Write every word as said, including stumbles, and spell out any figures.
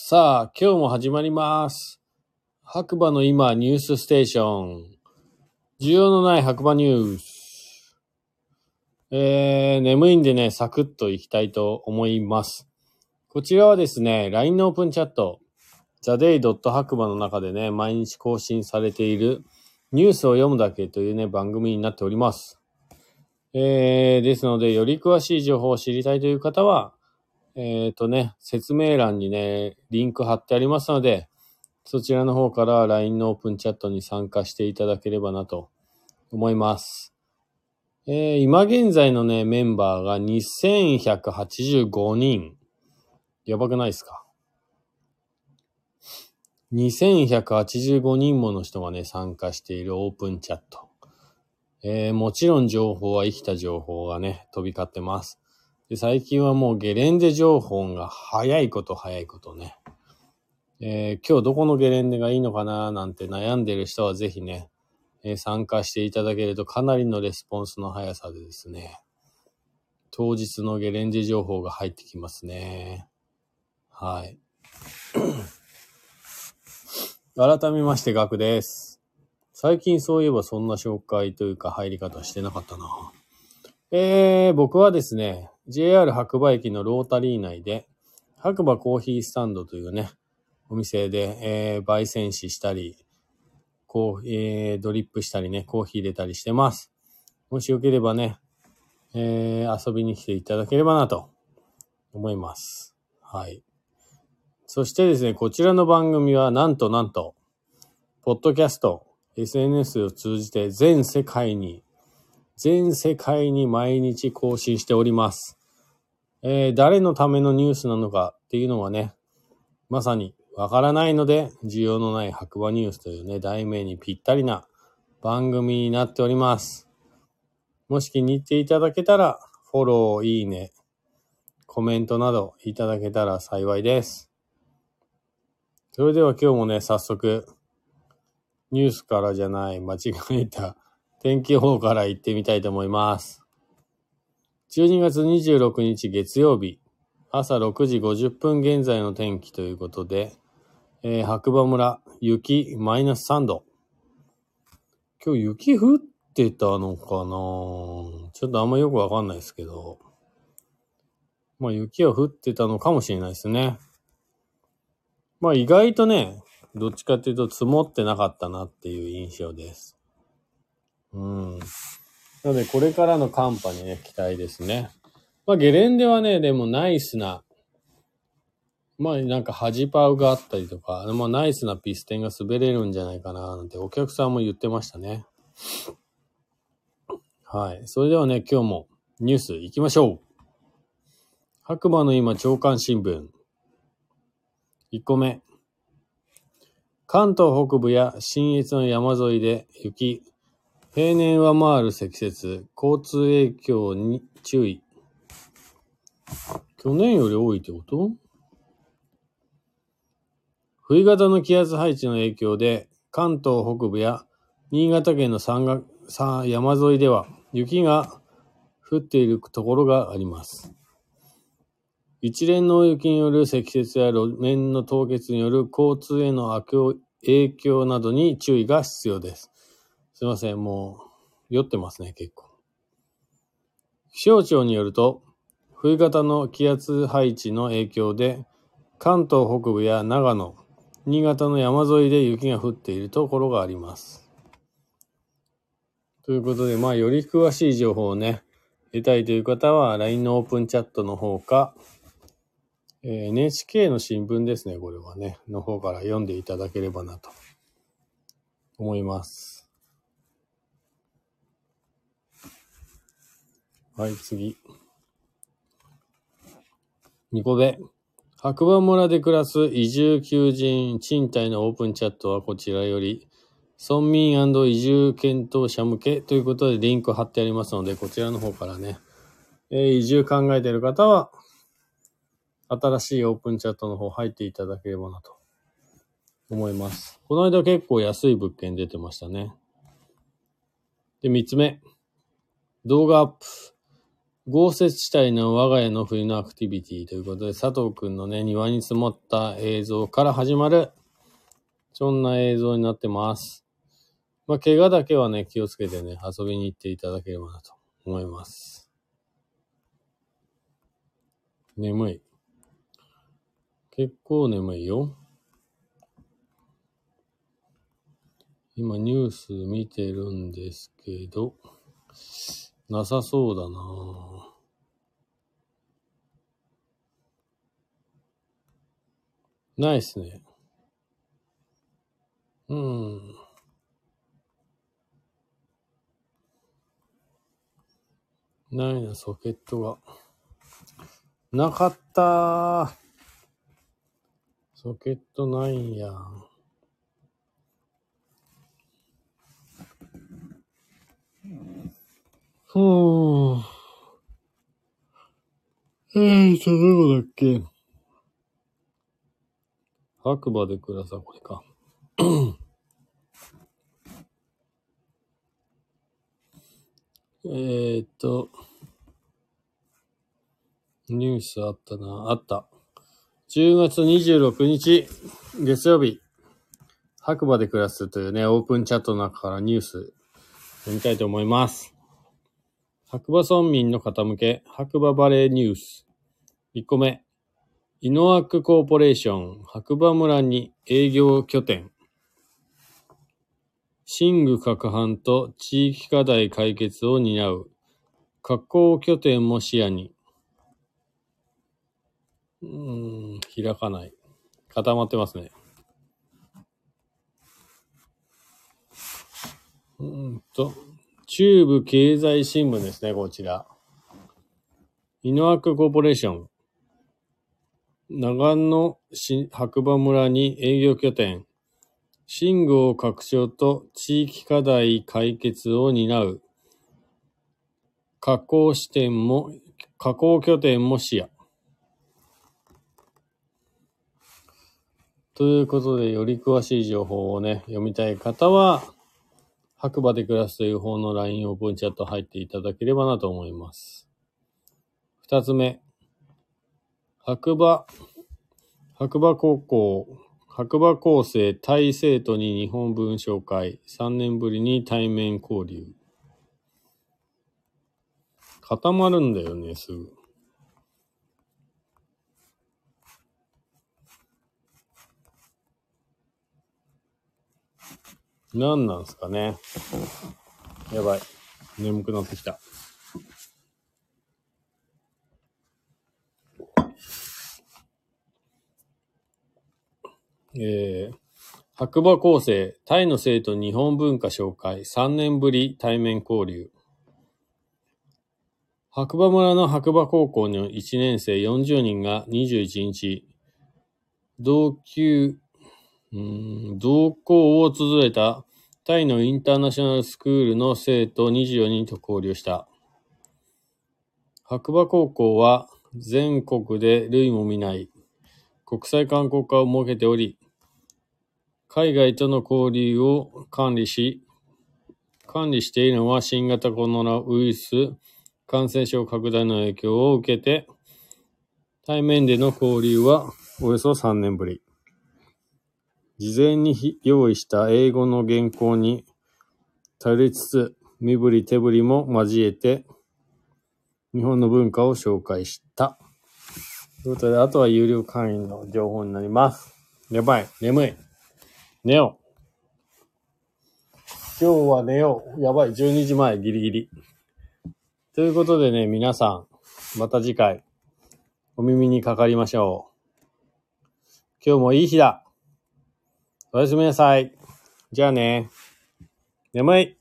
さあ、今日も始まります。白馬の今ニュースステーション。需要のない白馬ニュース。えー、眠いんでね、サクッといきたいと思います。こちらはですね、ライン のオープンチャット、ザデイ 白馬の中でね、毎日更新されているニュースを読むだけというね、番組になっております。えー、ですので、より詳しい情報を知りたいという方は、えっとね、説明欄にね、リンク貼ってありますので、そちらの方から ライン のオープンチャットに参加していただければなと思います。えー、今現在のね、メンバーがにせんひゃくはちじゅうごにん。やばくないですか？にせんひゃくはちじゅうごにんもの人がね、参加しているオープンチャット。えー、もちろん情報は生きた情報がね、飛び交ってます。で、最近はもうゲレンデ情報が早いこと早いことね。えー、今日どこのゲレンデがいいのかななんて悩んでる人はぜひね、えー、参加していただけるとかなりのレスポンスの速さでですね、当日のゲレンデ情報が入ってきますね。はい。改めましてガクです。最近そういえばそんな紹介というか入り方してなかったな。えー、僕はですね、ジェイアール 白馬駅のロータリー内で、白馬コーヒースタンドというね、お店で、えー、焙煎紙したり、コーヒー、えー、ドリップしたりね、コーヒー入れたりしてます。もしよければね、えー、遊びに来ていただければなと思います。はい。そしてですね、こちらの番組はなんとなんと、ポッドキャスト、エスエヌエス を通じて全世界に、全世界に毎日更新しております。えー、誰のためのニュースなのかっていうのはね、まさにわからないので、需要のない白馬ニュースというね、題名にぴったりな番組になっております。もし気に入っていただけたら、フォロー、いいね、コメントなどいただけたら幸いです。それでは今日もね、早速、ニュースからじゃない、間違えた、天気予報から行ってみたいと思います。じゅうにがつにじゅうろくにち月曜日、朝ろくじごじゅっぷん現在の天気ということで、えー、白馬村、雪マイナスさんど。今日雪降ってたのかな？ちょっとあんまよくわかんないですけど。まあ雪は降ってたのかもしれないですね。まあ意外とね、どっちかっていうと積もってなかったなっていう印象です。うん。なのでこれからの寒波にね、期待ですね。まあゲレンデはね、でもナイスな、まあなんかハジパウがあったりとか、まあナイスなピステンが滑れるんじゃないかななんてお客さんも言ってましたね。はい。それではね、今日もニュース行きましょう。白馬の今朝刊新聞。いっこめ。関東北部や信越の山沿いで雪。平年上回る積雪。交通影響に注意。去年より多いってこと？冬型の気圧配置の影響で関東北部や新潟県の山岳、山沿いでは雪が降っているところがあります。一連の大雪による積雪や路面の凍結による交通への影響などに注意が必要です。すいません、もう酔ってますね、結構。気象庁によると、冬型の気圧配置の影響で、関東北部や長野、新潟の山沿いで雪が降っているところがあります。ということで、まあ、より詳しい情報をね、得たいという方は、ライン のオープンチャットの方か、えー、エヌエイチケー の新聞ですね、これはね、の方から読んでいただければなと思います。はい、次。にこめ。白馬村で暮らす移住求人賃貸のオープンチャットはこちらより、村民&移住検討者向けということでリンク貼ってありますので、こちらの方からね、えー、移住考えている方は、新しいオープンチャットの方入っていただければなと思います。この間結構安い物件出てましたね。で、みっつめ。動画アップ。 豪雪地帯の我が家の冬のアクティビティということで、佐藤くんのね、庭に積もった映像から始まる、そんな映像になってます。まあ、怪我だけはね、気をつけてね、遊びに行っていただければなと思います。眠い。結構眠いよ。今ニュース見てるんですけど、なさそうだなぁ。ないっすね。うん。ないな、ソケットが。なかったー。ソケットないんや。ふぅ。えーと、どこだっけ。白馬で暮らさ、これか。えーっと、ニュースあったな。あった。じゅうがつにじゅうろくにち、月曜日。白馬で暮らすというね、オープンチャットの中からニュース読みたいと思います。白馬村民の方向け、白馬バレーニュース。いっこめ。イノワークコーポレーション、白馬村に営業拠点。寝具攪拌と地域課題解決を担う。加工拠点も視野に。うーん、開かない。固まってますね。うーんと、中部経済新聞ですね、こちら。イノワークコーポレーション。長野市白馬村に営業拠点。寝具を拡張と地域課題解決を担う。加工支店も、加工拠点も視野。ということで、より詳しい情報をね、読みたい方は、白馬で暮らすという方の ライン オープンチャット入っていただければなと思います。二つ目、白馬、白馬高校、白馬高生対生徒に日本文紹介、さんねんぶりに対面交流。固まるんだよね、すぐ。何なんすかね。やばい。眠くなってきた。えー、白馬高生、タイの生徒日本文化紹介、さんねんぶり対面交流。白馬村の白馬高校のいちねん生よんじゅうにんがにじゅういちにち、同級、うーん、同校を綴れたタイのインターナショナルスクールの生徒にじゅうよにんと交流した。白馬高校は全国で類も見ない国際観光課を設けており、海外との交流を管理し、管理しているのは新型コロナウイルス感染症拡大の影響を受けて、対面での交流はおよそさんねんぶり。事前に用意した英語の原稿に頼りつつ、身振り手振りも交えて、日本の文化を紹介した。ということで、あとは有料会員の情報になります。やばい、眠い。寝よう。今日は寝よう。やばい、じゅうにじまえギリギリ。ということでね、皆さん、また次回、お耳にかかりましょう。今日もいい日だ。おやすみなさい。じゃあね。眠い。